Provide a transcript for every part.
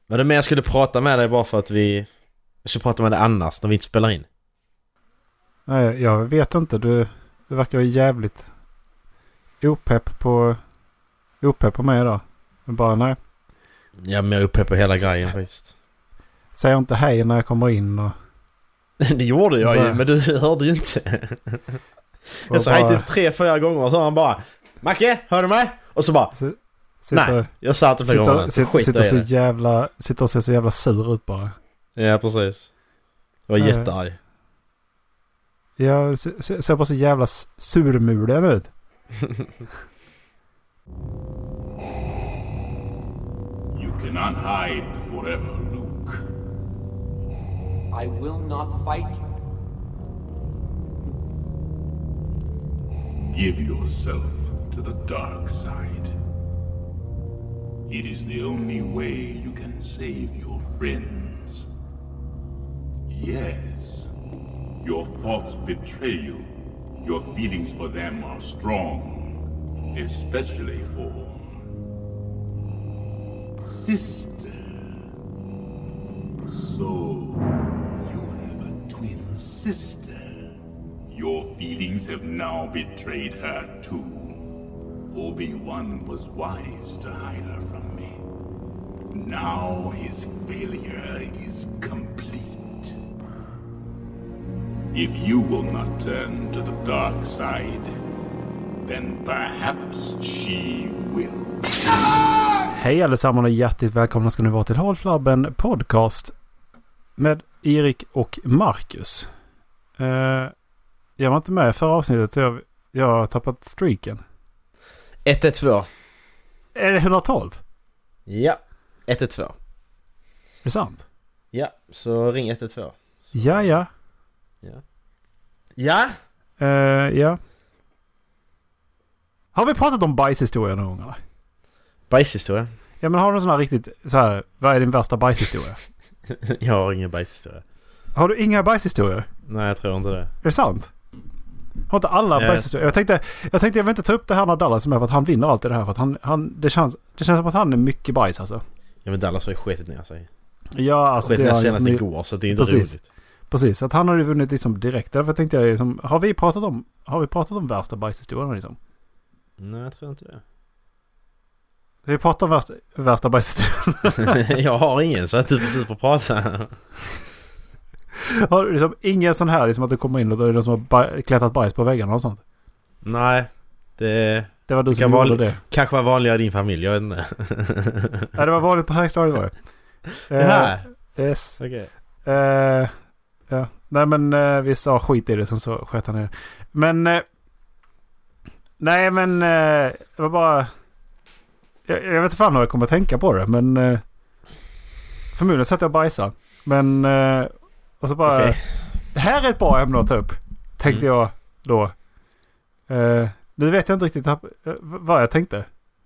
Var det mer jag skulle prata med dig bara för att jag ska prata med dig annars när vi inte spelar in? Nej, jag vet inte. Du verkar ju jävligt opepp på mig idag. Men bara nej. Ja, men jag är uppe på hela grejen faktiskt. Säger inte hej när jag kommer in och... Det gjorde jag ju, men du hörde ju inte. Jag sa hej typ 3-4 gånger och så han bara Macke, hör du mig? Och så bara nej, jag sa inte flera gånger. Sitter och ser så jävla sur ut bara. Ja, precis. Jag var jättearg. Jag ser bara så jävla surmulen ut. You cannot hide forever, Luke. I will not fight you. Give yourself to the dark side. It is the only way you can save your friends. Yes, your thoughts betray you. Your feelings for them are strong, especially for sister. So, you have a twin sister. Your feelings have now betrayed her too. Obi-Wan was wise to hide her from me. Now his failure is complete. If you will not turn to the dark side, then perhaps she will. Hej allesammans och hjärtligt välkomna ska ni vara till Håll Flabben podcast med Erik och Marcus. Jag var inte med förra avsnittet så jag har tappat streaken. 112. Är det 112? Ja, 112. Är det sant? Ja, så ring 112. Så. Ja. Ja? Ja. Har vi pratat om bajshistoria någon gång eller? Bajshistoria? Ja, men har du sån här riktigt så här, vad är din värsta bajshistoria? Jag har ingen bajshistoria. Har du inga bajshistorier? Nej, jag tror inte det. Är det sant? Har inte alla bajshistorier? Jag tänkte jag vill inte ta upp det här när Dallas är med för att han vinner alltid det här för att det känns som att han är mycket bajs alltså. Ja, men Dallas har ju skitit ner sig. Ja, alltså det är senast igår så det är inte roligt. Precis, att han har ju vunnit liksom direkt. Därför tänkte jag liksom, har vi pratat om värsta bajshistorien liksom? Nej, jag tror inte det. Så vi pratar om värsta bajshistorien. Jag har ingen så att du får prata. Har du liksom ingen sån här liksom att du kommer in och då är det någon som har klättrat bajs på väggarna och sånt? Nej, det var du som gjorde det. Kanske var vanligare i din familj, jag vet inte. Ja, det var vanligt på högstadiet var det. Ja. Yes. Okej. Ja. Nej, men vi sa skit i det som så sköt han ner. Men det var bara jag vet inte fan hur jag kommer att tänka på det, men förmodligen satt jag och bajsa. Men och så bara det här är ett bra ämne att ta upp, tänkte jag då. Nu vet jag inte riktigt vad jag tänkte.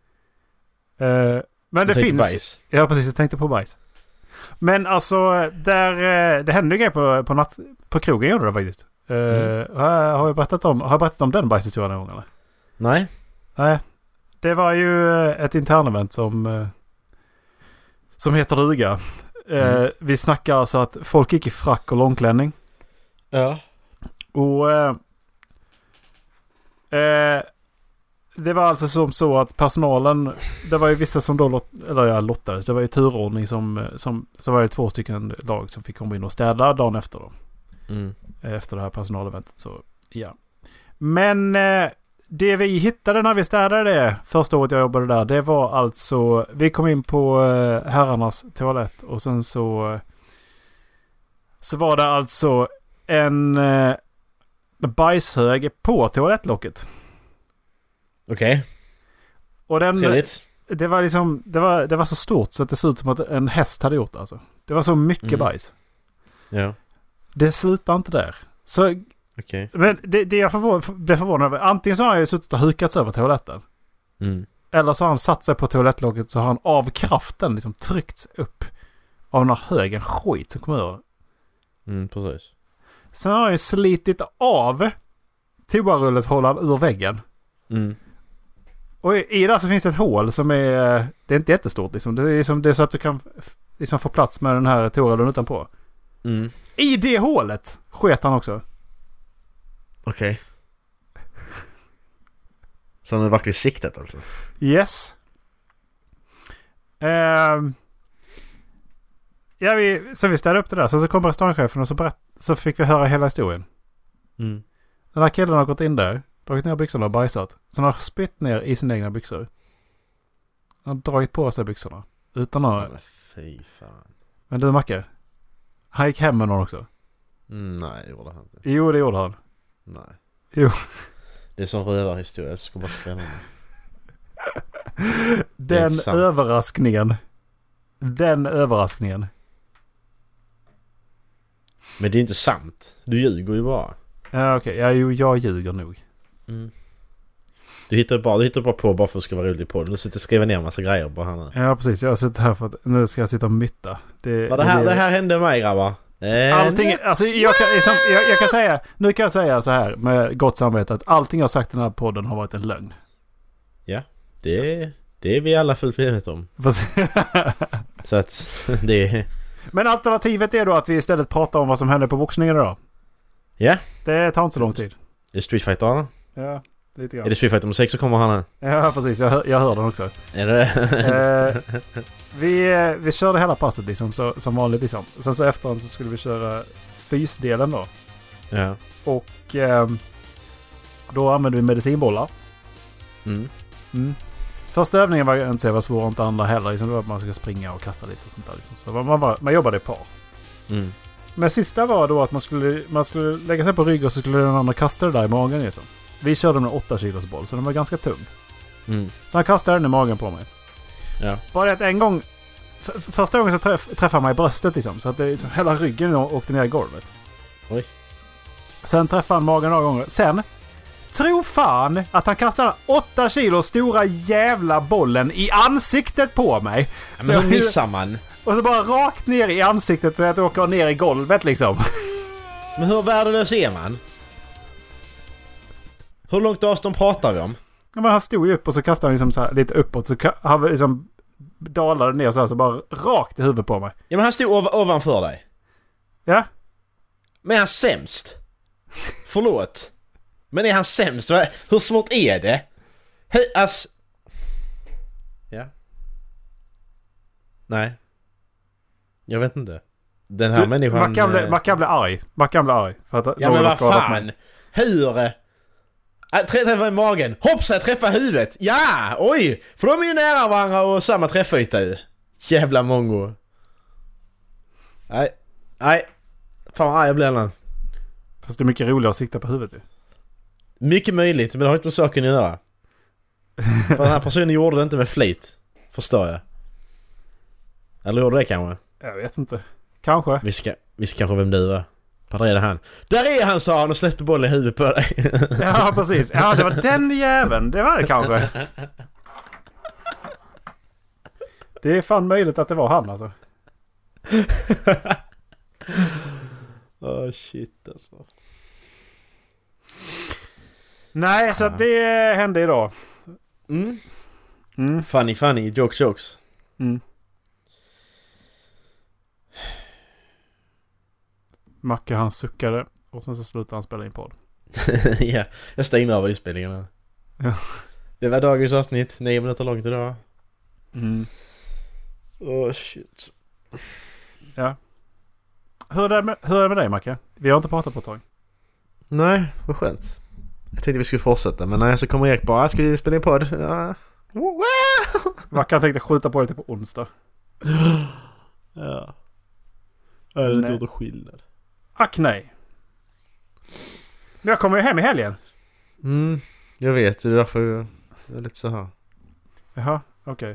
Men det finns bajs. Ja, precis, jag tänkte på bajs. Men alltså det hände ju grejer på krogen gjorde det faktiskt. Har jag berättat om den bajshistorien någon gång eller? Nej. Det var ju ett internevent som heter duga. Vi snackar alltså att folk gick i frack och långklänning. Ja. Och det var alltså som så att personalen, det var ju vissa som då lottades. Det var ju turordning som så var det 2 stycken lag som fick komma in och städa dagen efter då. Efter det här personaleventet så ja. Men det vi hittade när vi städade det första året jag jobbade där, det var alltså vi kom in på herrarnas toalett och sen så var det alltså en bajshög på toalettlocket. Okej. Och den trevligt. Det var liksom det var så stort så att det såg ut som att en häst hade gjort alltså. Det var så mycket bajs. Ja. Det slutade inte där. Så men det jag blev förvånad över, antingen så har han ju suttit och hukats över toaletten. Eller så har han satt sig på toalettlocket så har han av kraften liksom tryckts upp av den här högen skit som kommer över. Precis. Sen har han ju slitit av toarulleshållaren ur väggen. Och i där så finns det ett hål som är det är inte jättestort liksom. Det är så att du kan liksom få plats med den här toarullen utanpå. Mm. I det hålet sket han också. Okej. Så han är verkligen siktat alltså? Yes. Så vi ställde upp det där. Så kom restaurangchefen och så fick vi höra hela historien. Mm. Den här killen har gått in där, dragit ner byxorna och bajsat. Sen har spytt ner i sina egna byxor. Han har dragit på sig byxorna. Utan att... Fy fan. Men du Macke, han gick hem med någon också. Nej, det gjorde han inte. Jo, det gjorde han. Nej. Jo. Det är som rövarhistoria. Jag ska bara skrämma mig. Den överraskningen. Men det är inte sant. Du ljuger ju bara. Ja, okej. Ja, jo, jag ljuger nog. Mm. Du hittar bara på bara för att det ska vara roligt på. Du sitter och skriver ner en massa grejer på här nu. Ja, precis. Jag har suttit här för att nu ska jag sitta och mytta. Det här hände mig, grabbar. Allting, alltså jag kan säga, nu kan jag säga så här med gott samvete att allting jag har sagt i den här podden har varit en lögn. Ja, det är vi alla fullt medvetna om. Så att det... Men alternativet är då att vi istället pratar om vad som hände på boxningen idag. Ja. Det tar inte så lång tid. Det är Street Fighter, eller? Ja, lite grann. Är det Street Fighter musik så kommer han här? Ja, precis. Jag hör den också. Är det? Vi körde hela passet liksom, som vanligt liksom. Sen så efterhand så skulle vi köra fysdelen då. Ja. Och då använde vi medicinbollar. Mm. Första övningen var inte så svår, inte andra heller. Liksom, det var att man ska springa och kasta lite och sånt där. Liksom. Så man jobbade i par. Mm. Men sista var då att man skulle lägga sig på rygg och så skulle den andra kasta det där i magen. Liksom. Vi körde med 8 kilos boll, så den var ganska tung. Mm. Så han kastade den i magen på mig. Ja. Bara det att en gång... Första gången så träffade mig i bröstet liksom, så att det liksom, hela ryggen åkte ner i golvet. Oj. Sen träffade han magen några gånger. Sen... Tro fan att han kastade 8 kilo stora jävla bollen i ansiktet på mig. Ja, men hur missar man? Och så bara rakt ner i ansiktet så att jag åker ner i golvet liksom. Men hur värdelös är man? Hur långt avstånd pratar vi om? Ja, men han stod ju upp och så kastade han liksom så här lite uppåt. Så han liksom dalade ner så här, så bara rakt i huvudet på mig. Ja, men han stod ovanför dig. Ja. Men är han sämst? Förlåt. Men är han sämst? Hur svårt är det? Ja. Nej. Jag vet inte. Den här människan... Mackan blir arg. För att ja, men vad fan. Hur? Träffa i magen. Hoppsa, träffa huvudet. Ja, oj. För de är ju nära varandra och samma träffyta ju. Jävla mongo. Nej. Fan vad arg jag blir nu. Fast det är mycket roligare att sikta på huvudet ju. Mycket möjligt, men det har inte med saken att göra. För den här personen gjorde det inte med flit. Förstår jag. Eller gjorde det kanske? Jag vet inte. Kanske. Vi ska kanske vem du är. Där är han. Där är han, sa han och släppte bollen i huvudet på dig. Ja, precis. Ja, det var den jäveln. Det var det kanske. Det är fan möjligt att det var han alltså. Shit alltså. Nej, så att det hände idag. Funny, jokes. Macke han suckade och sen så slutade han spela in podd. Ja, jag stängde av inspelningarna. Ja. Det var dagens avsnitt, 9 minuter långt idag. Shit. Ja. Hur är det med dig, Macke? Vi har inte pratat på ett tag. Nej, vad skönt. Jag tänkte vi skulle fortsätta, men när jag så kommer Erik bara, ska vi spela in podd? Ja. Macke tänkte skjuta på det på onsdag. Ja. Det är inte skillnad. Ack nej. Jag kommer ju hem i helgen. Jag vet, det är därför jag är lite så här. Jaha, okej.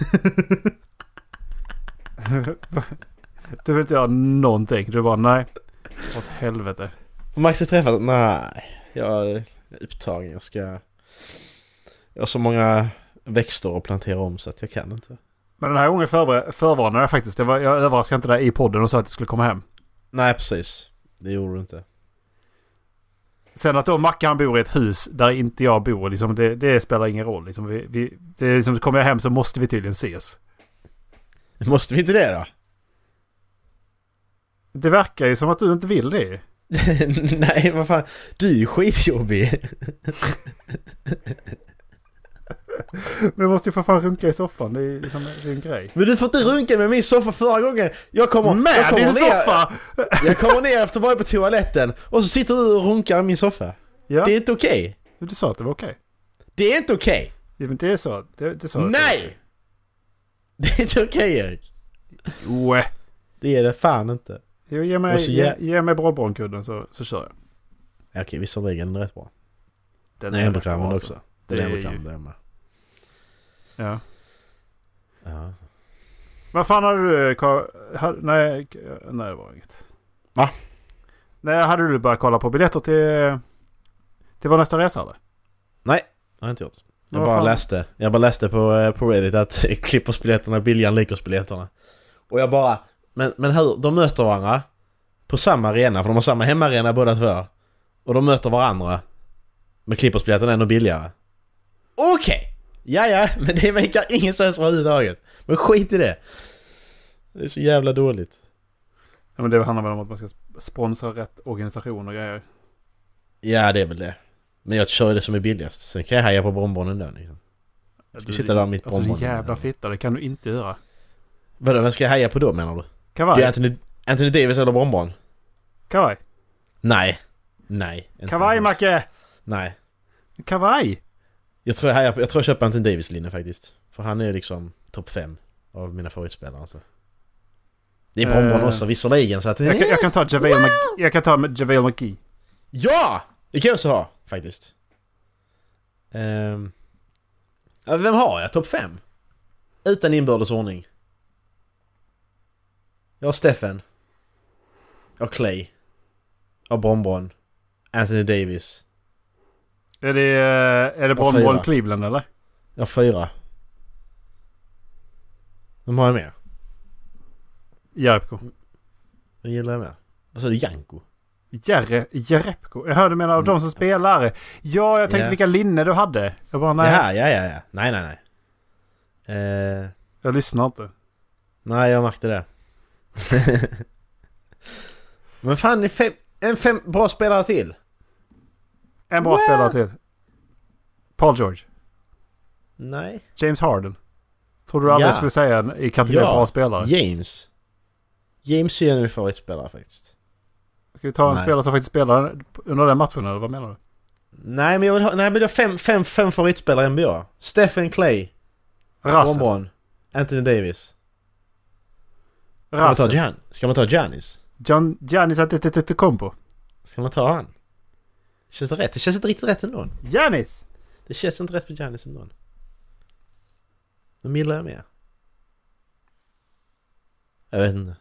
Du vill inte göra någonting. Du bara, nej. Åt helvete. Max har träffat? Nej. Jag är upptagen. Jag har så många växter att plantera om så att jag kan inte. Men den här gången förvarnade jag faktiskt. Jag överraskade inte dig i podden och sa att jag skulle komma hem. Nej, precis. Det gjorde du inte. Sen att då Macke han bor i ett hus där inte jag bor, liksom, det spelar ingen roll. Liksom, kommer jag hem så måste vi tydligen ses. Måste vi inte det då? Det verkar ju som att du inte vill det. Nej, vad fan. Du är ju skitjobbig. Men jag måste ju för fan runka i soffan. Det är liksom det är en grej. Men du får inte runka med min soffa förra gången. Jag kommer Din ner, soffa! Jag kommer ner efter att vara på toaletten. Och så sitter du och runkar i min soffa. Ja. Det är inte okej. Du sa att det var okej. Det är inte okej. Ja, men det är så. Det sa Nej! Det är inte okej, Erik. Jo. Det är det fan inte. Jo, ge mig brådbrånkudden så kör jag. Ja, okej, visserligen rätt bra. Den är bekväm bra, också. Det är är bekväm det med. Ja. Ja. Vad fan hade du... Nej, det var inget. Va? Nej, hade du börjat kolla på biljetter till vår nästa resa eller? Nej, det har jag inte gjort. Jag Vad bara läste på Reddit att Clippers-biljetterna är billigare än Lakers-biljetterna. Och jag bara... Men hur? De möter varandra på samma arena, för de har samma hemmaarena båda två. Och de möter varandra. Men Clippers-biljetterna är ändå billigare. Okej! Ja, men det verkar ingen sens överhuvudtaget. Men skit i det. Det är så jävla dåligt. Ja, men det handlar väl om att man ska sponsra rätt organisation och grejer. Ja, det är väl det. Men jag kör det som är billigast. Sen kan jag heja på bombonen där liksom. Jag ska sitta där mitt alltså bombonen. din jävla fitta, det kan du inte göra. Vadå, vad ska jag heja på då, menar du? Kavaj? Det är Anthony Davis eller bombon? Kavaj? Nej. Kavaj, Macke! Nej. Kavaj? Jag tror jag köper Anthony Davis-linjen faktiskt. För han är liksom topp 5 av mina favoritspelare. Alltså. Det är bombon också, visserligen. Så att, jag kan ta JaVale McGee. Ja! Det kan jag också ha, faktiskt. Vem har jag? Topp 5? Utan inbördes ordning. Jag har Stephen. Jag har Clay. Jag har Bonbon. Anthony Davis. Är det Bonbon Cleveland eller? Jag har 4. Vem har jag med? Jerebko. Vem gillar jag med? Vad sa du? Janko? Jerebko. Jag hörde av de som spelar. Ja, jag tänkte vilka linne du hade. Jag bara, nej. Ja. Nej. Jag lyssnar inte. Nej, jag märkte det. Men fan, fem bra spelare till. En bra spelare till. Paul George. Nej. James Harden. Tror du aldrig skulle säga i kategorin bra spelare? James är en favoritspelare faktiskt. Ska vi ta en spelare som faktiskt spelar under den matchen, eller vad menar du? Nej, men jag vill ha... Nej, men det är fem favoritspelare i NBA. Stephen Clay. Russell. Anthony Davis. Ska man ta Giannis? Giannis Antetokounmpo. Ska man ta han? Känns det rätt? Det känns inte riktigt rätt ändå. Giannis! Det känns inte rätt med Giannis ändå. Vem gillar jag med? Jag vet inte.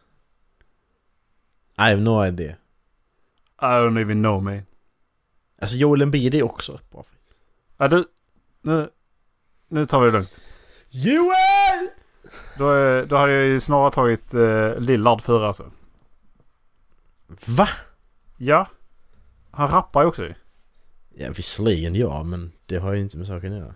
I have no idea. I don't even know, man. Alltså Joel Embiid är också bra. Ja, du... Nu tar vi det lugnt. Joel! Då har jag ju snarare tagit Lillard förra alltså. Va? Ja. Han rappar ju också ju. Ja, visserligen ja, men det har ju inte med saken att göra.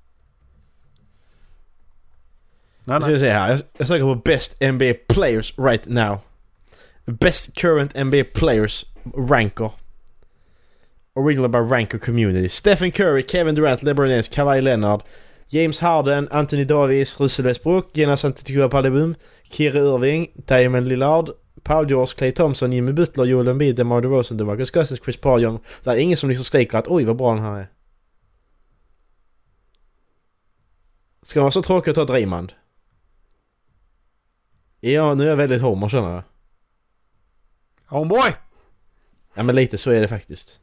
Jag ska se här. Jag söker på Best NBA Players right now. Best Current NBA Players Ranker. Original by Ranker Community. Stephen Curry, Kevin Durant, LeBron James, Kawhi Leonard, James Harden, Anthony Davis, Russell Westbrook, Giannis Antetokounmpo, Kyrie Irving, Damian Lillard, Paul George, Klay Thompson, Jimmy Butler, Joel Embiid, DeMar DeRozan, DeMarcus Cousins, Chris Paul, John. Det är ingen som liksom skriker att oj vad bra den här är. Ska man vara så tråkigt att ta Draymond? Ja, nu är jag väldigt homer, känner jag. Homeboy! Ja, men lite så är det faktiskt.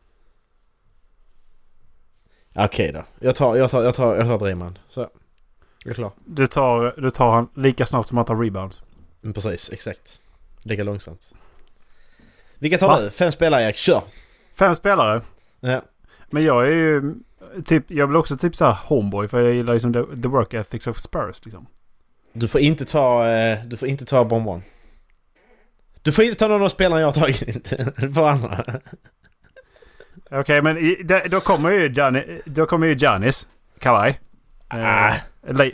Okej då. Jag tar Draymond. Så. Jag är klar. Du tar han lika snabbt som han tar rebounds. Precis, exakt. Lika långsamt. Vilka tar du? 5 spelare, Erik. Kör! 5 spelare? Ja. Men jag är ju typ... Jag blir också typ så här homeboy, för jag gillar liksom the work ethics of Spurs liksom. Du får inte ta Bonbon. Du får inte ta någon av spelarna jag har tagit. För andra. Okej, men då kommer ju Giannis, Kawhi,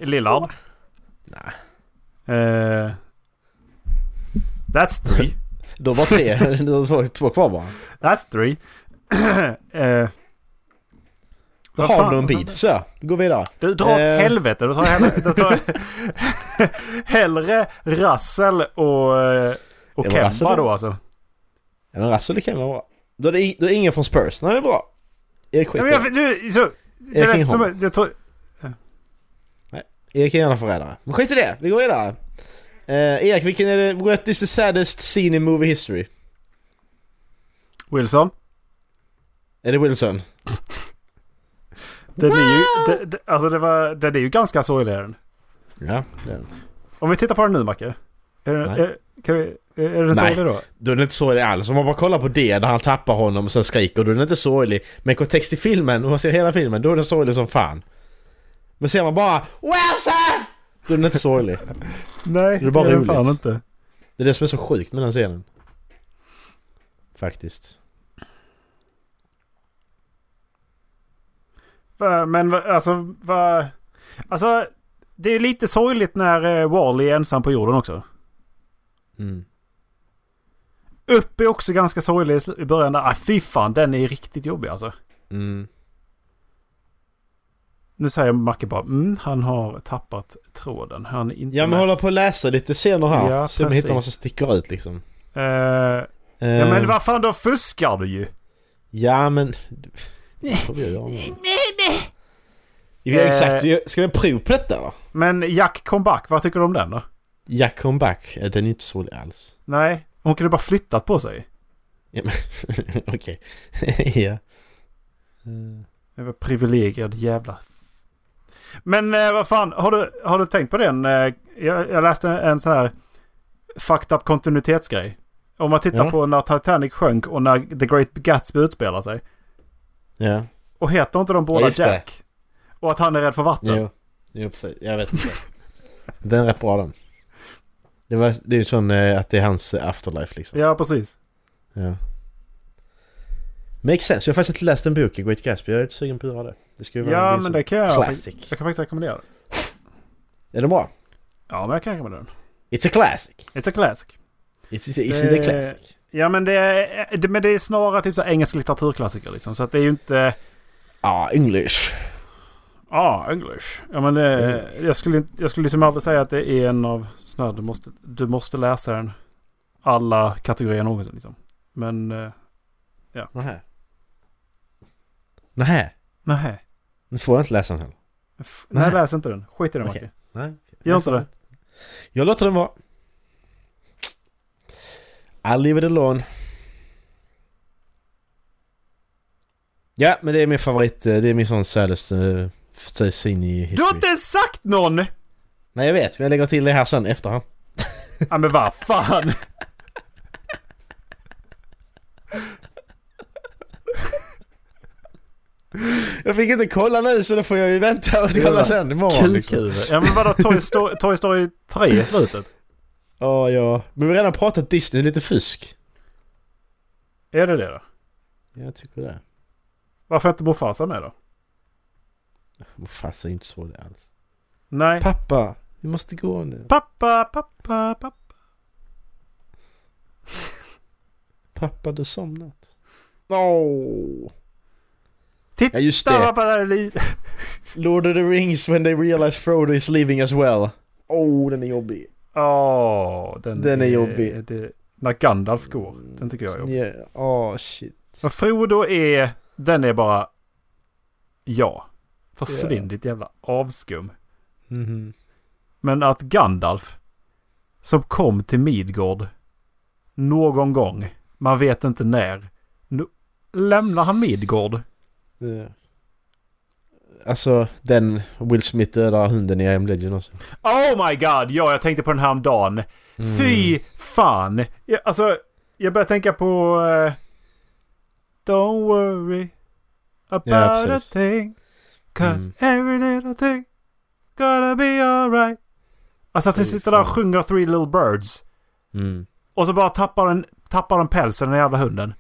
Lillard. Nej. That's 3. Då var 3. Då var 2 kvar bara. That's 3. Har du en bit? Så, går vi vidare. Du drar åt helvete. Du tar hellre Russell och Kemba då alltså. Ja, men Russell och Kemba var bra. Då är det ingen från Spurs. Nej, det är bra. Erik är gärna förrädare. Men skit i det. Vi går vidare. Erik, vilken är det? What is the saddest scene in movie history? Wilson. Är det Wilson? Den är ju ganska sorglig den. Ja, det är den. Om vi tittar på den nu, Macke. Är den sorglig då? Då är den inte sorglig alls. Om man bara kollar på det där han tappar honom och sen skriker, då är den inte sorglig. Men kontext i filmen, om man ser hela filmen, då är den sorglig som fan. Men ser man bara Wilson! Då är den inte sorglig. Nej, det är bara roligt. Fan inte. Det är det som är så sjukt med den scenen. Faktiskt. Men alltså det är ju lite sorgligt när Wall-E är ensam på jorden också. Upp är också ganska sorglig i början där. Fy fan, den är riktigt jobbig alltså. Nu säger Macke bara han har tappat tråden. Han är inte men håller på att läsa lite scener här. Ja, så man hittar något som sticker ut liksom. Ja, men vad fan, då fuskar du ju. Ja, men exakt. Ska vi prova på detta då? Men Jack kom back, vad tycker du om den då? Jack kom back, den är inte så alls. Nej, hon kunde bara flyttat på sig. Ja, men okej. Ja. Det var privilegierad jävla. Men vad fan, har du tänkt på den? Jag läste en sån här fucked up kontinuitetsgrej. Om man tittar på när Titanic sjönk och när The Great Gatsby utspelar sig. Ja. Och heter inte de båda Jack? Det. Och att han är rädd för vatten. Jo precis. Jag vet inte. Den är rätt bra den. Det är ju sån att det är hans afterlife liksom. Ja, precis. Ja. Makes sense. Jag har faktiskt inte läst en bok i Great Gatsby. Jag är inte sugen på att göra det. Det ska ju vara men det kan jag classic. Jag kan faktiskt rekommendera det. Är det bra? Ja, men jag kan rekommendera den. It's a classic. It's a classic. Is it a classic? Ja, men det är snarare typ så engelsk litteraturklassiker liksom. Så att det är ju inte... English. English. Ja, men jag skulle liksom aldrig säga att det är en av sådana. Du måste läsa den alla kategorier någonsin liksom. Men ja. Nej. Nu får jag inte läsa den heller. Nej, läs inte den. Skit i den, Macke. Nej. Gör inte det. Jag låter den vara. I'll leave it alone. Ja, men det är min favorit. Det är min sån saddest scene i history. Du har inte sagt någon! Nej, jag vet. Men jag lägger till det här sen efterhand. Ja, men vad fan? Jag fick inte kolla nu, så då får jag ju vänta och kolla sen imorgon. Liksom. Ja, men vadå? Toy Story 3 i slutet? Ja. Men vi har redan pratat Disney, lite fusk. Är det då? Jag tycker det. Varför är inte Mufasa med då? Mufasa är inte så det alls. Nej. Pappa, vi måste gå nu. Pappa. Pappa, du somnat. Titta, just det. Pappa, där är Lord of the Rings, when they realize Frodo is leaving as well. Den är jobbig. Den är jobbig. När Gandalf går. Den tycker jag är jobbig. Yeah. Shit. Men Frodo den är bara försvinn ditt jävla avskum. Men att Gandalf som kom till Midgård någon gång, man vet inte när, lämnar han Midgård. Alltså den Will Smith dödar hunden i I Am Legend också. Oh my god, jag tänkte på den här dagen. Fy fan. Jag börjar tänka på Don't worry about a thing, 'cause every little thing gonna be alright. Alltså att han sitter där och sjunger Three Little Birds. Och så bara tappar den pälsen, den jävla hunden.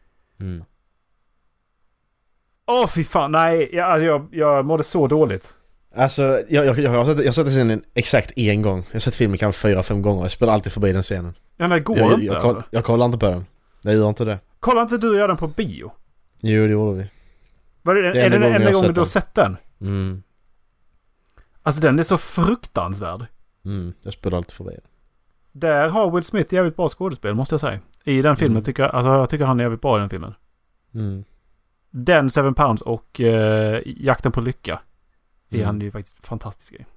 Fy fan, nej. Jag mådde så dåligt. Alltså, jag har sett scenen exakt en gång. Jag har sett filmen kanske 4-5 gånger. Jag spelar alltid förbi den scenen. Ja, det går inte alltså. Jag kollar inte på den. Jag gör inte det. Kollar inte du och jag den på bio? Jo, det gjorde vi. Är det den enda gången du har sett den? Mm. Alltså den är så fruktansvärd. Jag spelar alltid förbi den. Där har Will Smith jävligt bra skådespel, måste jag säga. I den filmen jag tycker han är jävligt bra i den filmen. Den 7 pounds och Jakten på lycka är han ju faktiskt fantastisk i.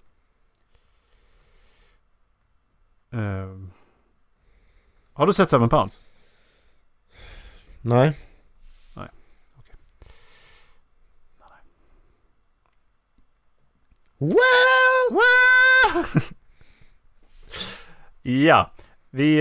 Har du sett 7 pounds? Nej. Nej, okej. Nej. Well! Ja, vi...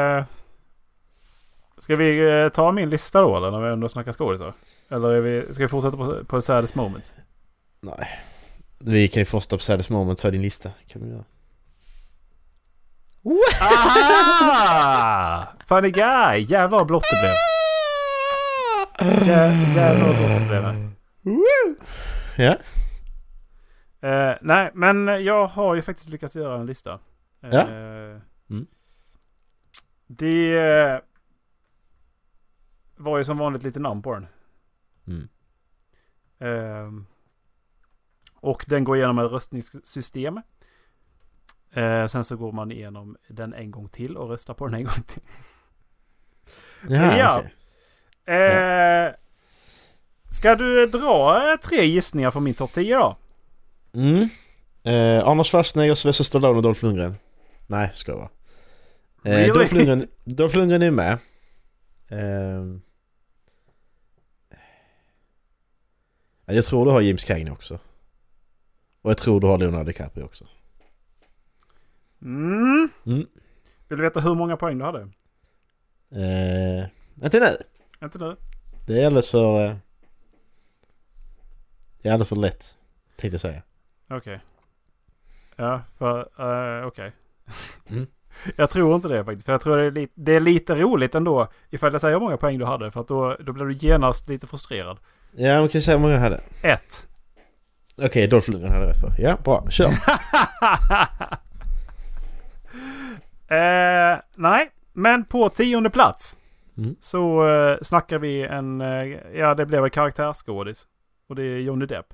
Ska vi ta min lista då, eller när vi ändå snackar skådisar? Eller ska vi fortsätta på Saddest Moment? Nej. Vi kan ju första på Saddest Moment för din lista. Kan vi göra. Aha! Funny guy! Jävlar vad blått det blev. Jävlar vad blått det blev. Ja. Nej, men jag har ju faktiskt lyckats göra en lista. Ja. Det var ju som vanligt lite namn på den. Och den går igenom ett röstningssystem. Sen så går man igenom den en gång till och röstar på den en gång till. Ja. Okay. Ska du dra 3 gissningar från min topp 10 då? Arnold Schwarzenegger, Sylvester Stallone och Dolph Lundgren. Nej, ska jag vara. Really? Dolph Lundgren är med. Jag tror du har James Cagney också. Och jag tror du har Leonardo DiCaprio också. Vill du veta hur många poäng du hade? Inte nu. Inte nu? Det är alldeles för... Det är alldeles för lätt, tänkte jag säga. Okej. Ja, okej. Jag tror inte det faktiskt. För jag tror det är lite roligt ändå ifall jag säger hur många poäng du hade. För att då blir du genast lite frustrerad. Ja, man kan säga hur många jag hade. 1. Okej, Dolph Lundgren hade rätt på. Ja, bra. Kör. Nej, men på 10:e plats så snackar vi det blev en karaktärsskådis. Och det är Johnny Depp.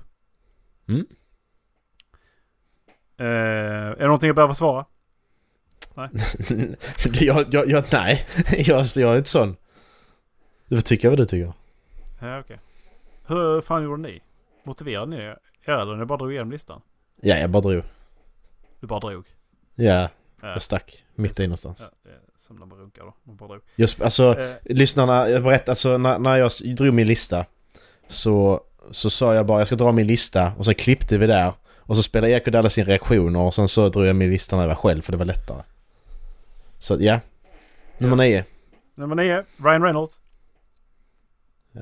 Är det någonting jag behöver svara? Nej. Nej. Jag är inte sån. Du får tycka vad du tycker. Ja, okej. Hur fan gjorde ni? Motiverade ni det? Eller ni bara drog igenom listan? Ja, jag bara drog. Du bara drog? Ja, jag stack mitt i någonstans. Ja, det är som när man runkar då. Man bara drog. Just, alltså, lyssnarna, jag berättar, alltså, när jag drog min lista så sa jag bara, jag ska dra min lista och så klippte vi där. Och så spelade Erik och Dalla sin reaktioner och sen så drog jag min lista när jag var själv för det var lättare. Så ja, nummer 9. Nummer 9, Ryan Reynolds. Ja.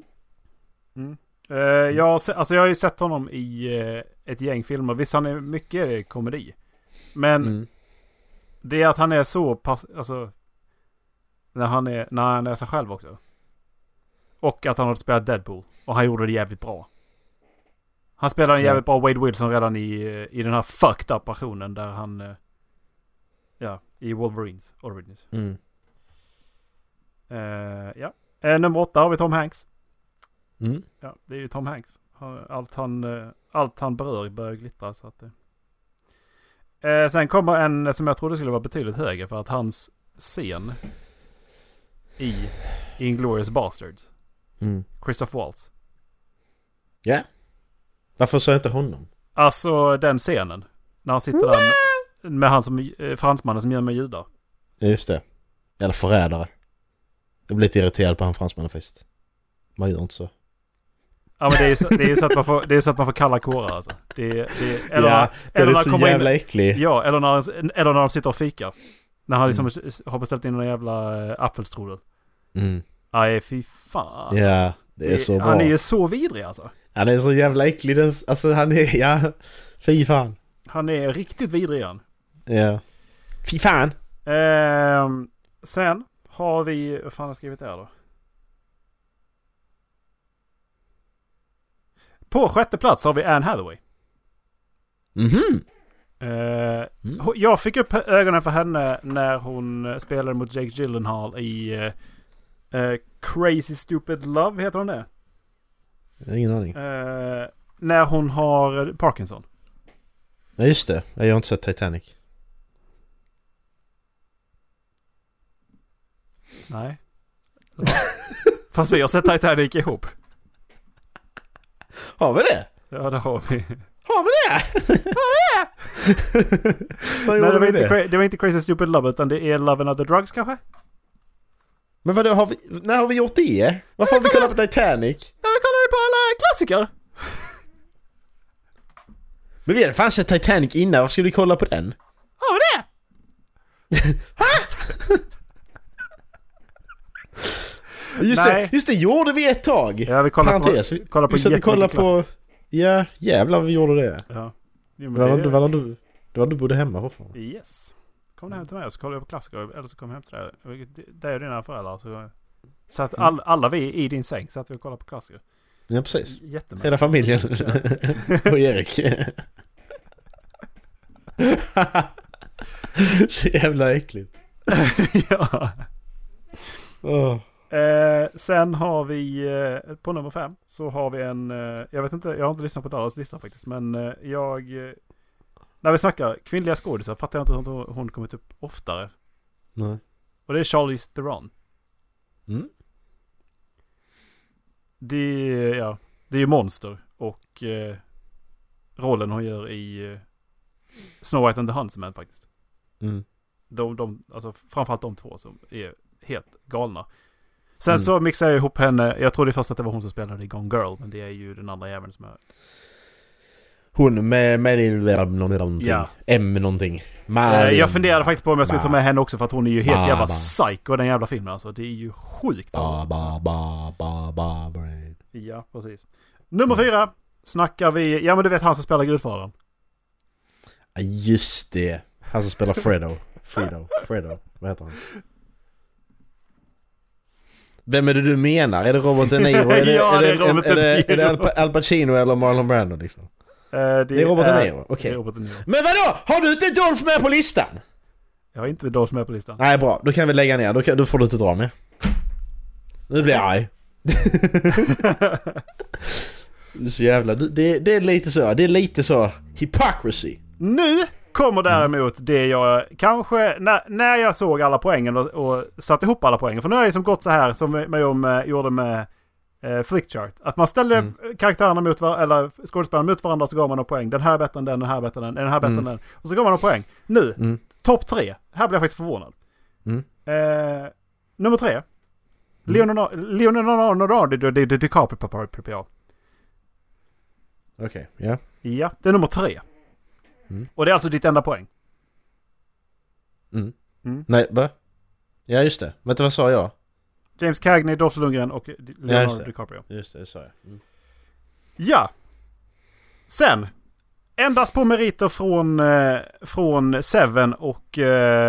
Jag har ju sett honom i ett gäng filmer. Visst, han är mycket komedi. Men det är att han är så pass... Alltså, när han är sig själv också. Och att han har spelat Deadpool. Och han gjorde det jävligt bra. Han spelar en jävligt bra Wade Wilson redan i den här fucked up versionen där han... i Wolverines Origins. Nummer 8 har vi Tom Hanks. Ja, det är ju Tom Hanks. Allt han berör börjar glittra så att sen kommer en som jag trodde skulle vara betydligt högre för att hans scen i Inglourious Basterds. Christoph Waltz. Ja. Varför sa jag inte honom? Alltså den scenen när han sitter där med han som fransmannen som gör med judar. Just det. Eller förrädare. Jag blir lite irriterad på han fransmannen faktiskt. Man gör inte så. Ja, men det är så att man får kalla kårar alltså. Det är så jävla äcklig. Ja, eller när de sitter och fikar. När han liksom har beställt in en jävla apfelstrudel. Nej, fy fan. Ja, alltså. det är så bra. Han är ju så vidrig alltså. Han är så jävla äcklig. Alltså han är, fy fan. Han är riktigt vidrig han. Ja. Fy fan. Sen har vi, vad fan har jag skrivit där då? På 6:e plats har vi Anne Hathaway. Jag fick upp ögonen för henne när hon spelade mot Jake Gyllenhaal i Crazy Stupid Love, heter hon det? Jag har ingen aning. När hon har Parkinson. Ja, just det. Jag har inte sett Titanic. Nej. Fast vi har sett Titanic ihop. Har vi det? Ja, det har vi. Har vi det? Nej, det var inte Crazy Stupid Love, utan det är Love and Other Drugs kanske? Men vadå, när har vi gjort det? Varför har vi kollat på Titanic? Ja, vi kollade på alla klassiker. Men vi hade fan sett Titanic innan, varför skulle vi kolla på den? Har vi det? Just det gjorde vi ett tag. Ja, vi kollade på kolla på ja, jävlar vi gjorde det. Ja. Jo, det var du bodde hemma fortfarande. Yes. Kom hem till mig och så kollade jag på klassiker, eller så kom jag hem till dig. Det är dina föräldrar, så att alla vi i din säng så att vi kollade på klassiker. Ja, precis. Jättemärkt. Hela familjen. Och Erik. Så jävla äckligt. Ja. Oh. Sen har vi på nummer 5 så har vi en jag vet inte, jag har inte lyssnat på Dallas lista faktiskt, men när vi snackar kvinnliga skådisar fattar jag inte att hon kommit upp oftare. Nej. Och det är Charlize Theron. Mm. Det är ju Monster och rollen hon gör i Snow White and the Huntsman faktiskt. Mm. Alltså framförallt de två som är helt galna. Sen så mixar jag ihop henne. Jag trodde först att det var hon som spelade i Gone Girl, men det är ju den andra jäveln som är... Hon med någonting. Ja. M någonting. Jag funderade faktiskt på om jag skulle ta med henne också, för att hon är ju helt jävla psycho den jävla filmen. Alltså, det är ju sjukt. Ja, precis. Nummer 4 snackar vi... Ja, men du vet han som spelar Gudfadern. Ja, just det. Han som spelar Fredo. Vad heter han? Vem är det du menar? Är det Robert De Niro? Är det Al Pacino eller Marlon Brando liksom? Det är Robert De Niro. Okej. Men vadå? Har du inte Dolph med på listan? Jag har inte Dolph med på listan. Nej, bra. Då kan vi lägga ner. Då får du inte dra med. Nu blir jag arg. Det är så jävla... Det är lite så. Det är lite så hypocrisy. Nu kommer däremot det jag kanske när jag såg alla poängen och satte ihop alla poängen, för nu har jag liksom gått så här som jag gjorde med Flickchart, att man ställde karaktärerna mot eller skådespelarna mot varandra, och så gav man en poäng. Den här är bättre än den här är bättre än den här är bättre än den, och så gav man en poäng. Nu, topp 3. Här blir jag faktiskt förvånad. Nummer 3. Leonardo DiCaprio. Okej, ja. Ja, det är nummer 3. Och det är alltså ditt enda poäng. Nej, va? Ja, just det. Vänta, vad sa jag? James Cagney, Dolph Lundgren och Leonardo DiCaprio. Just det sa jag. Ja. Sen. Endast på meriter från Seven och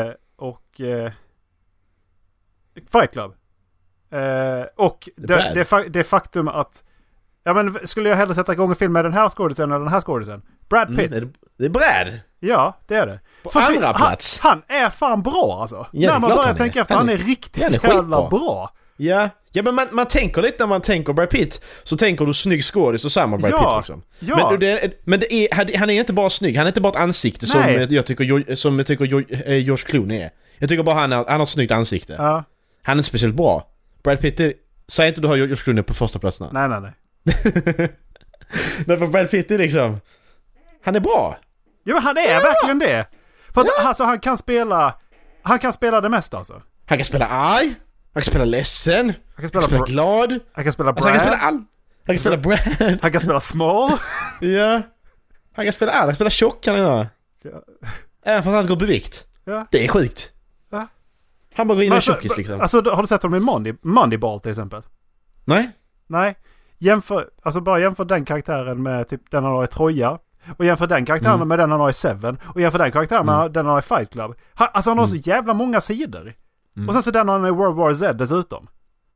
Fight Club. Och det faktum att... Ja, men skulle jag hellre sätta igång en film med den här skådisen eller den här skådisen? Brad Pitt. Det är Brad. Ja, det är det. På andra plats. Han är fan bra alltså. Ja, när man börjar tänka efter, han är riktigt jävla bra. Ja, men man tänker lite när man tänker Brad Pitt, så tänker du snygg skådis och samma Brad Pitt liksom. Ja. Men han är inte bara snygg, han är inte bara ett ansikte som jag tycker George Clooney är. Jag tycker bara han har ett snyggt ansikte. Ja. Han är inte speciellt bra. Brad Pitt säg inte du har George Clooney på första platsen. Nej. Men för Brad Pitt är liksom, han är bra. Ja, men han är verkligen det. För att, alltså, han kan spela det mesta alltså. Han kan spela arg, han kan spela ledsen, han kan spela glad, han kan spela Brad, han kan spela Brad, han kan spela small. Ja. Han kan spela arg, han kan spela tjock, kan han göra. Även fast han går upp i vikt. Ja. Det är sjukt. Ja. Han bara går in i tjockis liksom. Alltså, har du sett honom i Moneyball till exempel? Nej. Jämför den karaktären med typ den han har i Troja. Och jämför den karaktären med den han har i Seven. Och jämför den karaktären med den han har i Fight Club. Han har så jävla många sidor. Och sen så den han har i World War Z dessutom.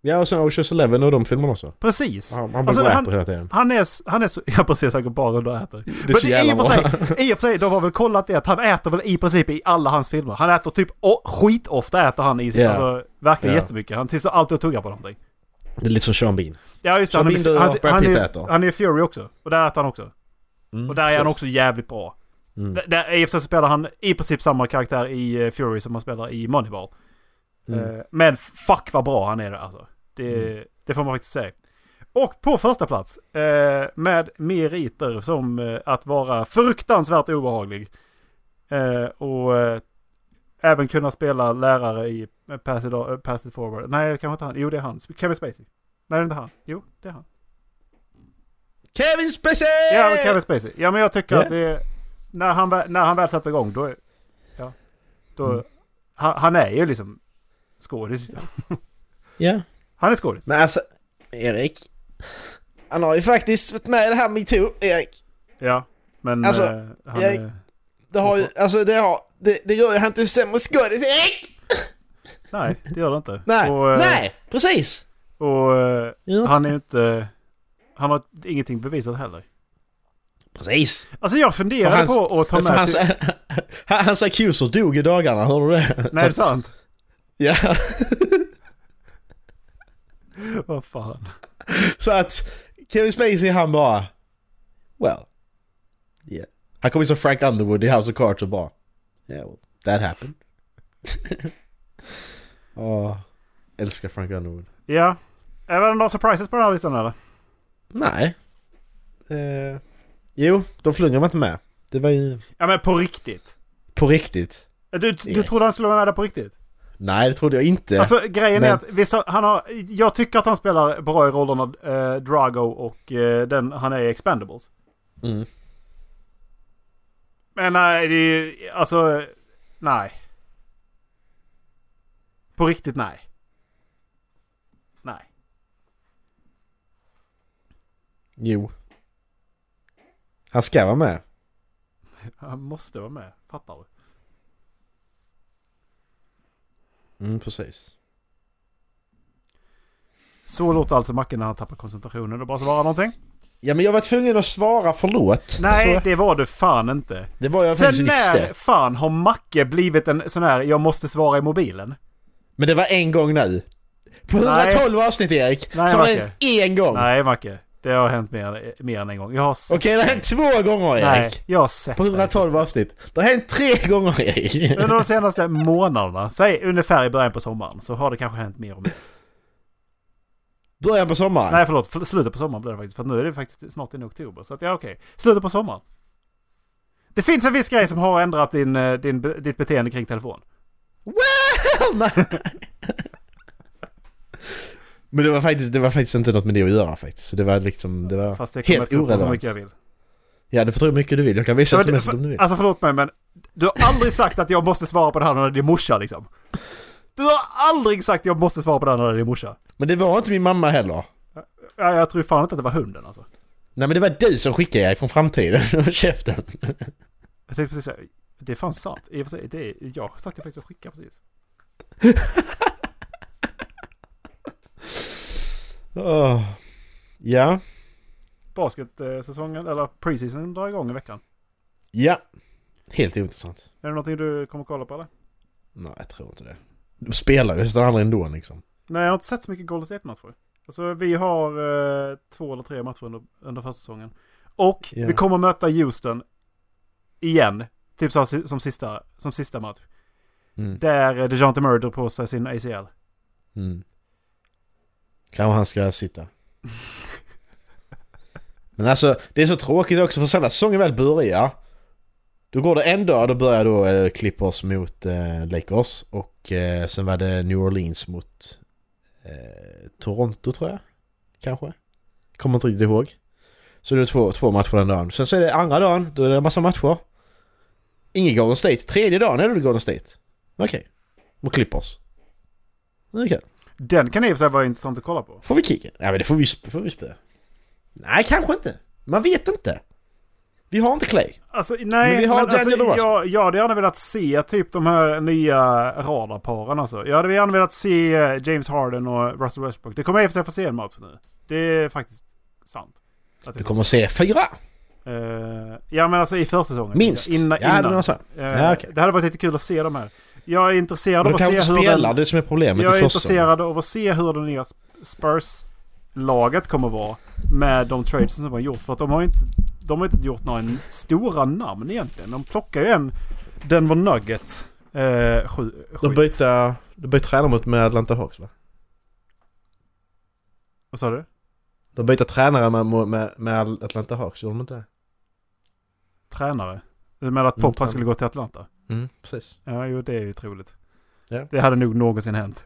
Ja, och sen Ocean's 11 och de filmerna också. Precis. Han bara äter hela tiden. Han är så... Ja, precis. Han går bara runt och äter. Det är så jävla bra. I och för sig, de har väl kollat det att han äter väl i princip i alla hans filmer. Han äter typ skitofta äter han i sin... Yeah. Alltså, verkligen jättemycket. Han tillstår alltid att tugga på någonting. Det är lite som Sean Bean. Ja, just det. Han är Fury också. Och där äter han också. Och där är han också jävligt bra. I och för sig spelar han i princip samma karaktär i Fury som han spelar i Moneyball. Men fuck vad bra han är där, alltså. Det får man faktiskt säga. Och på första plats med meriter som att vara fruktansvärt obehaglig. Och även kunna spela lärare i Pass It Forward. Nej, det kanske inte han. Jo, det är han. Kevin Spacey. Nej, det är inte han. Jo, det är han. Kevin Spacey! Ja, Kevin Spacey. Ja, men jag tycker att det är, när han väl sätter igång då är, han är ju liksom skådis. Ja. Han är skådis. Men alltså, Erik, han har ju faktiskt varit med i det här MeToo, Erik. Ja, men alltså, han Erik, det har ju, alltså det gör ju han inte sämre skådis, Erik! Nej, det gör det inte. Nej, nej, precis. Och han är inte, han har ingenting bevisat heller. Precis. Alltså jag funderade på att ta med hans accuser dog i dagarna, hör du det? Nej, det är sant. Ja. Vad fan. Så att Kevin Spacey, han bara yeah. Han kommer som Frank Underwood i House of Cards och bara yeah, well, that happened. Älskar Frank Underwood. Ja. Är det några surprises på den här listan eller? Nej. Jo, de flungar var inte med. Det var ju... Ja, men på riktigt. På riktigt. Du trodde han skulle vara med där på riktigt? Nej, det trodde jag inte. Alltså grejen är att jag tycker att han spelar bra i rollerna Drago och han är i Expendables. Men nej, det är alltså nej. På riktigt nej. Nej. Jo. Han ska vara med. Han måste vara med, fattar du? Precis. Så låter alltså Macke när han tappar koncentrationen och bara svara någonting. Ja, men jag var tvungen att svara förlåt. Nej, så... det var du fan inte. Det var jag faktiskt visste. Sen när fan har Macke blivit en sån här jag måste svara i mobilen? Men det var en gång nu. På 112 avsnitt, Erik. Nej, så var Macke. det en gång. Nej, Macke. Det har hänt mer än en gång. Jag har sett. Okej, det har hänt 2 gånger, Erik. Nej, jag har sett. På 112 avsnitt. Det har hänt 3 gånger, Erik. Under de senaste månaderna, säg ungefär i början på sommaren, så har det kanske hänt mer och mer. Början på sommaren? Nej, förlåt. Slutet på sommaren blir det faktiskt. För nu är det faktiskt snart in i oktober. Så att ja, okej. Slutet på sommaren. Det finns en viss grej som har ändrat ditt beteende kring telefon. Well, nej. Men det var faktiskt inte något med det att göra faktiskt. Så det var liksom, det var fast jag helt orelevant. Mycket jag vill. Ja, du får tro hur mycket du vill. Jag kan visa sms om du vill. Alltså förlåt mig, men du har aldrig sagt att jag måste svara på det här när det är morsa liksom. Du har aldrig sagt att jag måste svara på det här när det är morsa. Men det var inte min mamma heller. Ja, jag tror fan inte att det var hunden alltså. Nej, men det var du som skickade jag från framtiden. Käften. Jag tänkte precis säga, det är fan sant. I och för sig, det är jag har sagt att jag faktiskt skickar precis. Ja. Basketsäsongen eller preseason drar igång i veckan. Ja. Helt ointressant. Är det någonting du kommer kolla på eller? Nej, jag tror inte det. De spelar ju så andra ändå liksom. Nej, jag har inte sett så mycket Golden State-matcher. Alltså vi har 2 eller 3 matcher under första säsongen. Och vi kommer möta Houston igen. Typ som sista match. Där DeJounte Murray drar på sig sin ACL. Kanske han ska sitta. Men alltså, det är så tråkigt också för sen när säsongen väl börjar. Då går det en dag, då börjar då Clippers mot Lakers. Och sen var det New Orleans mot Toronto tror jag. Kanske. Kommer inte riktigt ihåg. Så det är två matcher den dagen. Sen så är det andra dagen, då är det en massa matcher. Ingen Golden State. Tredje dagen är det Golden State. Okej. Mot Clippers. Okej. Den kan i och för sig vara intressant att kolla på. Får vi kicka? Ja, men det får vi spö. Nej, kanske inte. Man vet inte. Vi har inte Clay. Alltså, nej, men vi har Daniel Russell. jag hade gärna velat se typ de här nya radarparen alltså. Jag hade gärna velat se James Harden och Russell Westbrook. Det kommer jag i och för sig få se en match nu. Det är faktiskt sant. Du kommer att se 4. Ja, men alltså i försäsongen. Minst. Innan. Okay. Det hade varit lite kul att se de här. Jag är intresserad av att se hur det som är problemet. Jag är intresserad av att se hur det nya Spurs-laget kommer att vara med de trades som de har gjort. För att de har inte gjort några stora namn egentligen. De plockar ju en Denver Nuggets. De byter tränare med Atlanta Hawks, va? Vad sa du? De byter tränare med Atlanta Hawks, gjorde de inte det? Tränare? Med att Pop skulle gå till Atlanta? Precis. Ja, jo, det är ju troligt. Ja. Det hade nog någonsin hänt.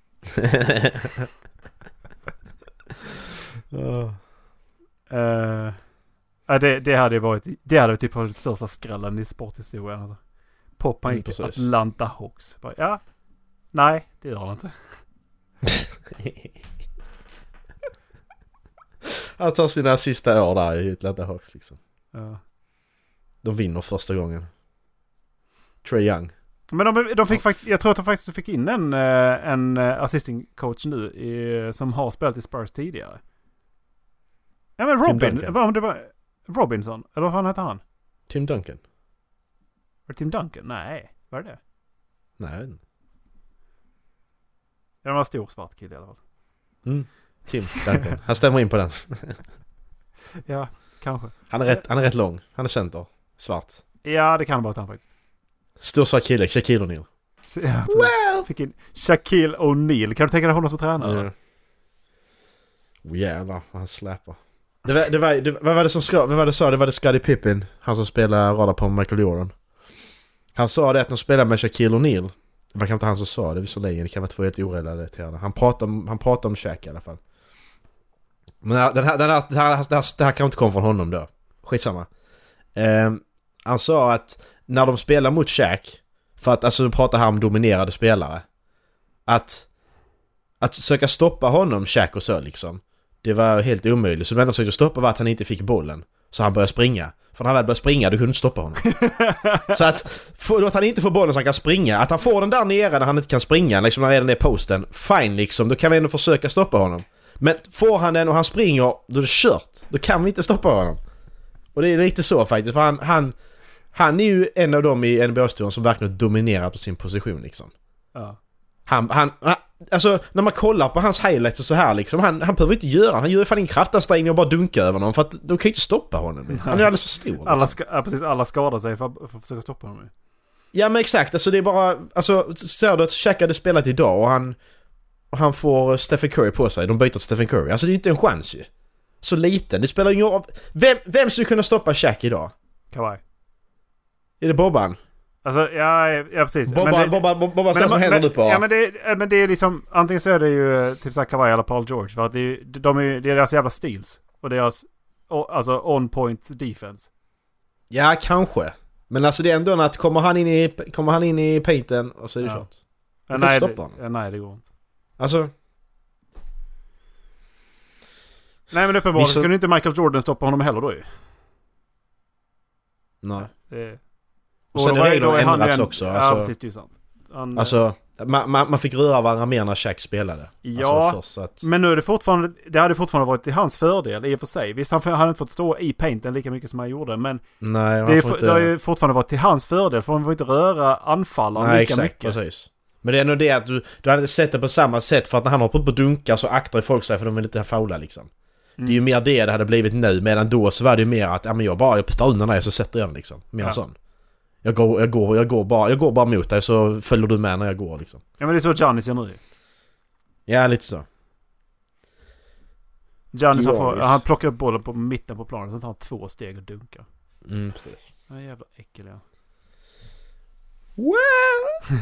Det hade typ varit största skrällen i sporthistorien. Alltså. Pop han gick till Atlanta Hawks. Bara, ja, nej, det gör han inte. Han tar sina sista år där i Atlanta Hawks liksom. Ja. De vinner första gången. Trae Young. Men de fick faktiskt, jag tror att de faktiskt fick in en assistant coach nu som har spelat i Spurs tidigare. Ja, men Robinson, eller vad fan heter han? Tim Duncan. Var det Tim Duncan? Nej, var det? Nej. Det var en stor svart kille i alla fall. Tim Duncan. Han stämmer in på den. Ja, kanske. Han är rätt lång. Han är center. Svart. Ja, det kan vara han faktiskt. Stor svart kille, Shaquille O'Neal. Wow! Fick in Shaquille O'Neal. Kan du tänka dig honom som tränare? Jävlar, han släpar. Vad var det som sa? Det var det Scottie Pippen, han som spelar radar på Michael Jordan. Han sa det att de spelar med Shaquille O'Neal. Det var kanske inte han som sa det, vi så länge. Det kan vara två helt orelaterade. Han pratade om Shaq i alla fall. Men det här kan inte komma från honom då. Skitsamma. Han sa att när de spelar mot Shaq, för att alltså pratar han om dominerade spelare, att söka stoppa honom, Shaq och så liksom, det var helt omöjligt. Så de försökte stoppa var att han inte fick bollen, så han började springa. För när han väl började springa, du kunde inte stoppa honom. Så att han inte får bollen så han kan springa, att han får den där nere när han inte kan springa, liksom när redan är posten, fine liksom, då kan vi ändå försöka stoppa honom. Men får han den och han springer, då är det kört. Då kan vi inte stoppa honom. Och det är lite så faktiskt, för han är ju en av dem i NBA-studion som verkligen dominerar på sin position liksom. Ja. Han alltså när man kollar på hans highlights och så här liksom, han behöver inte göra, han gör ju fan en kraftansträngning och bara dunka över någon, för att de kan ju inte stoppa honom. Han är alldeles för stor. Liksom. Alla skadar sig för att försöka stoppa honom. Ja, men exakt, alltså det är bara, alltså så att Shaq hade spelat idag och han får Stephen Curry på sig. De byter till Stephen Curry. Alltså det är inte en chans ju. Så liten. Det spelar ingen roll. Vem skulle kunna stoppa Shaq idag? Kawhi. Är det Bobban? Alltså, ja precis. Bobban ställer händer nu på. Ja, men det är liksom, antingen så är det ju typ såhär Kawhi eller Paul George. För att det är deras jävla steals. Och deras alltså on-point defense. Ja, kanske. Men alltså det är ändå att kommer han in i painten och så är det kört. Nej, det går inte. Alltså... Nej, men uppenbarligen så kunde inte Michael Jordan stoppa honom heller då ju. Nej. Och sen är reglerna ändrats också. Ja, precis, det är ju sant. Alltså, man fick röra varandra mer när Shaq spelade. Ja, alltså så att... men nu är det hade fortfarande varit till hans fördel i och för sig. Visst, han hade inte fått stå i painten lika mycket som han gjorde, men nej, det har ju fortfarande varit till hans fördel, för man får inte röra anfallaren lika mycket. Precis. Men det är nog det att du hade inte sett det på samma sätt, för att när han har på dunkar så aktar folk sig för de vill inte ha faula liksom. Det är ju mer det hade blivit nu, medan då så var det ju mer att jag puttar undan dig så sätter jag den liksom. Mer sån. Jag går bara mot dig så följer du med när jag går liksom. Ja, men det är så Giannis gör nu. Ja, lite så. Giannis han plockar upp bollen på mitten på planen, sen tar han 2 steg och dunkar. Precis. Ja, jävla äckel, ja. Well.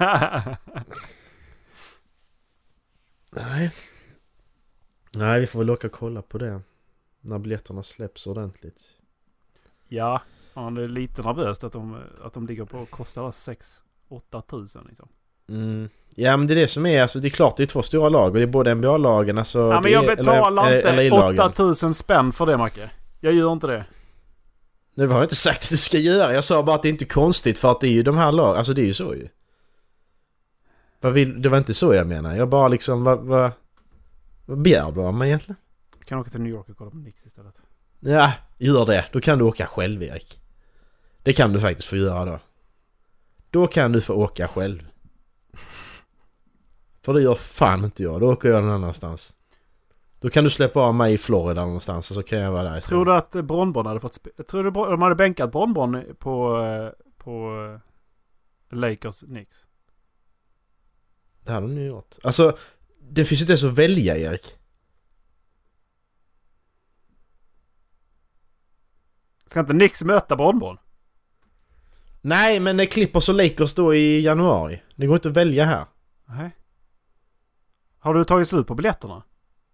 Nej, vi får väl åka och kolla på det när biljetterna släpps ordentligt. Ja, man är lite nervöst att de ligger på och kostar 6-8 tusen liksom. Ja, men det är det som är, alltså, det är klart det är 2 stora lag och det är både NBA-lagen alltså, ja, men jag betalar inte 8 000 spänn för det, Macke. Jag gör inte det. Det har jag inte sagt att du ska göra. Jag sa bara att det är inte konstigt för att det är ju de här lag. Alltså det är ju så ju. Det var inte så jag menar. Jag bara liksom, vad begär du av mig egentligen? Du kan åka till New York och kolla på Knicks istället. Ja, gör det. Då kan du åka själv, Erik. Det kan du faktiskt få göra då. Då kan du få åka själv. För det gör fan inte jag. Då åker jag någon annanstans. Då kan du släppa av mig i Florida någonstans och så kan jag vara där istället. Tror du att Bronbron hade fått tror du de hade bänkat Bronbron på Lakers Knicks? Det hade de ju gjort. Alltså, det finns ju inte så att välja, Erik. Ska inte Knicks möta Bronbron? Nej, men det Clippers och Lakers då i januari. Det går inte att välja här. Nej. Har du tagit slut på biljetterna?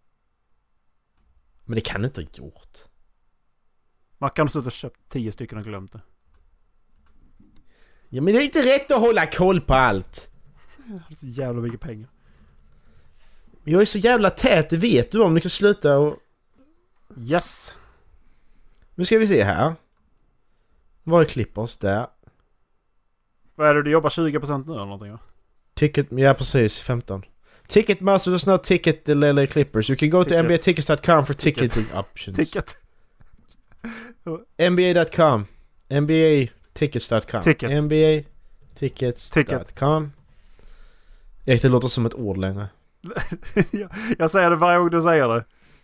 Men det kan inte ha gjort. Man kan ha suttit och köpt 10 stycken och glömt det. Ja, men det är inte rätt att hålla koll på allt. Jag har så jävla mycket pengar. Jag är så jävla tät, det vet du om. Du kan sluta och... Yes. Nu ska vi se här. Var är Clippers? Där. Vad är det du jobbar 20% nu eller någonting, va? Ticket, ja precis, 15. Ticketmaster does not ticket the LA Clippers. You can go to nbatickets.com for ticketing options. Ticket. NBA.com. NBAtickets.com. Ticket. NBAtickets.com. Det låter som ett ord längre. Jag säger det varje gång du säger det.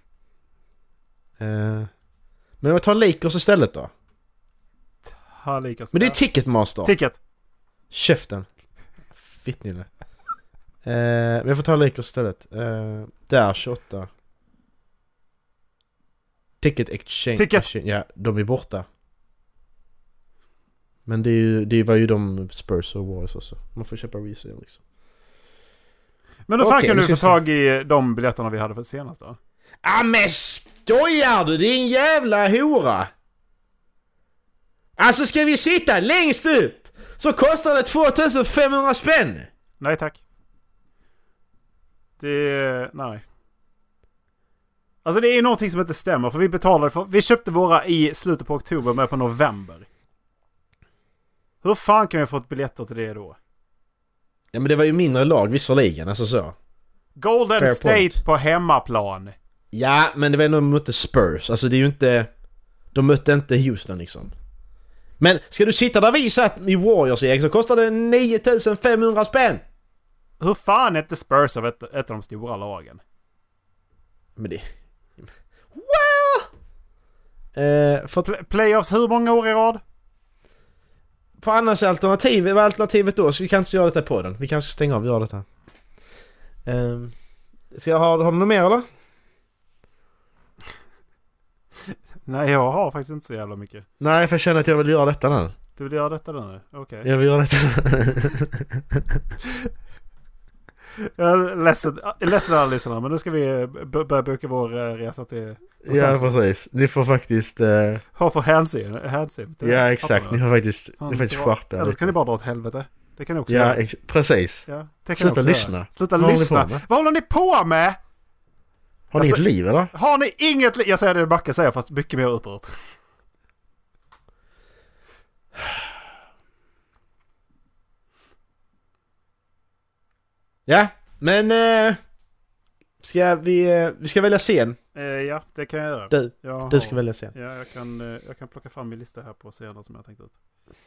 Men jag tar Lakers istället då. Men det är Ticketmaster. Ticket. Käften. Fittnille. Men jag får ta Lakers istället. Där 28. Ticket Exchange. Ticket. Ja, de är borta. Men det var ju de Spurs och Warriors också. Man får köpa resale liksom. Men då fan kan du få tag i de biljetterna vi hade för senast då? Men skojar du? Det är en jävla hora. Alltså ska vi sitta längst upp så kostar det 2500 spänn. Nej tack. Nej. Alltså det är någonting som inte stämmer. För vi betalade för... Vi köpte våra i slutet på oktober med på november. Hur fan kan vi få ett biljetter till det då? Ja men det var ju mindre lag visserligen, alltså så. Golden Fair State point. på hemmaplan. Ja, men det var ändå de mötte Spurs. Alltså det är ju inte... De mötte inte Houston liksom. Men ska du sitta där vi satt i Warriors, Erik, så kostar det 9500 spänn. Hur fan är inte Spurs av ett av de stora lagen? Men det... Well! Playoffs hur många år i rad? På annars alternativ, vad är alternativet då? Så vi kan inte göra detta på den. Vi kanske ska stänga av och göra detta. Ska jag har du något mer eller? Nej, jag har faktiskt inte så jävla mycket. Nej, för jag känner att jag vill göra detta nu. Du vill göra detta nu? Okej. Jag vill göra detta nu. Jag är ledsen alla lyssnarna, men nu ska vi börja boka vår resa till... Ja, precis. Ni får faktiskt... Ha för hänsyn. Ja, exakt. Ni får faktiskt skärpa. Eller så kan ni bara dra åt helvete. Det kan ni också göra. göra. Precis. Ja, det kan Sluta lyssna. Göra. Sluta lyssna. Vad håller ni på med? Har ni inget liv, eller? Har ni inget liv? Jag säger det Backa säger, fast mycket mer uppåt. Ja, men... ska vi ska välja scen. Ja, det kan jag göra. Du ska välja scen. Ja, jag kan plocka fram min lista här på scener som jag har tänkt ut.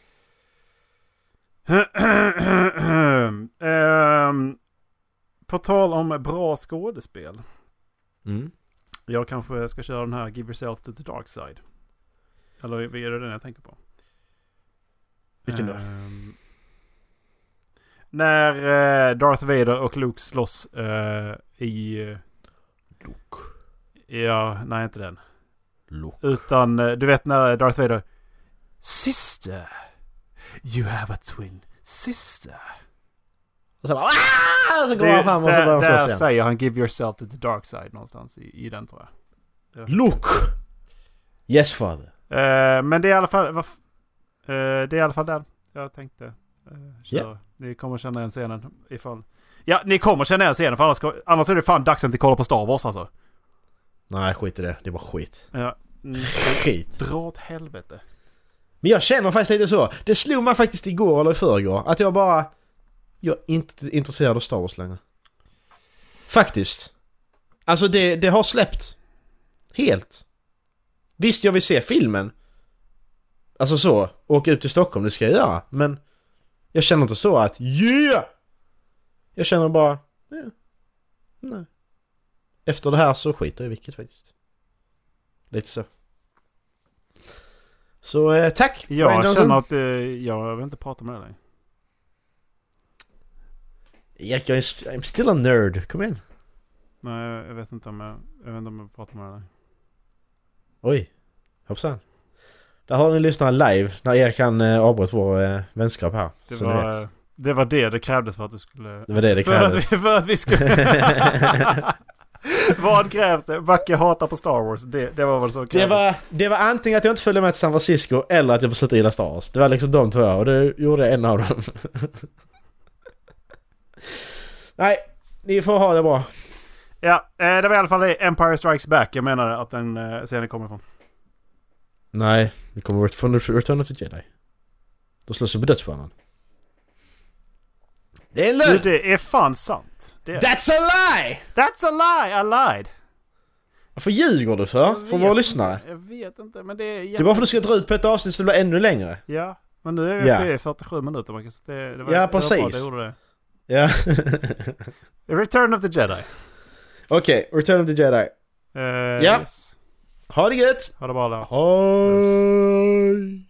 På tal om bra skådespel. Jag kanske ska köra den här Give Yourself to the Dark Side. Eller är det den jag tänker på? Vilken då? När Darth Vader och Luke slåss i... Luke? Ja, nej inte den. Luke. Utan du vet när Darth Vader... Sister! You have a twin sister. Och så bara... Och så går han fram och så börjar han slåss igen. Säger han Give Yourself to the Dark Side någonstans i den tror jag. Luke! Yes father. Men det är i alla fall... det är i alla fall den jag tänkte... Yeah. Ni kommer känna igen scenen ifall... Ja, ni kommer känna igen scenen för annars är det fan dags att inte kolla på Star Wars alltså. Nej, skit i det. Det var skit. Ja. Skit. Dra åt helvete. Men jag känner faktiskt lite så. Det slog mig faktiskt igår eller i förrgår att jag är inte intresserad av Star Wars längre. Faktiskt. Alltså det har släppt. Helt. Visst, jag vill se filmen. Alltså så. Åka ut till Stockholm, det ska jag göra. Men jag känner inte så att yeah! Jag känner bara nej. Efter det här så skiter jag i vilket faktiskt. Lite så. Så tack. Jag känner att jag vill inte prata med dig. Jack, I'm still a nerd. Kom igen. Nej, jag vet inte om jag vill prata med dig. Oj. Hoppsan. Där har ni lyssnat live när Erik avbröt vår vänskap här. Det var det krävdes för att du skulle... Det var det krävdes. För att vi skulle... Vad krävs det? Backe hatar på Star Wars. Det var väl så krävdes. Det var antingen att jag inte följde med till San Francisco eller att jag beslutade gilla Star Wars. Det var liksom de två och det gjorde en av dem. Nej, ni får ha det bra. Ja, det var i alla fall Empire Strikes Back. Jag menar att den scenen kommer ifrån. Nej, det kommer från Return of the Jedi. Då slås du på dödsbanan. Det är en lögn! Det är fan sant. That's a lie! That's a lie! I lied! Varför ljuger du för våra lyssnare? Jag vet inte, men det är... Det är bara för att du ska dra ut på ett avsnitt så det blir ännu längre. Ja, men nu är det uppe 47 minuter. Man kan säga. Det var, ja, precis. Det var bra, det gjorde det. Ja. Return of the Jedi. Okej, Return of the Jedi. Ja. Yes. Ha det gött! Ha det bra där. Hej!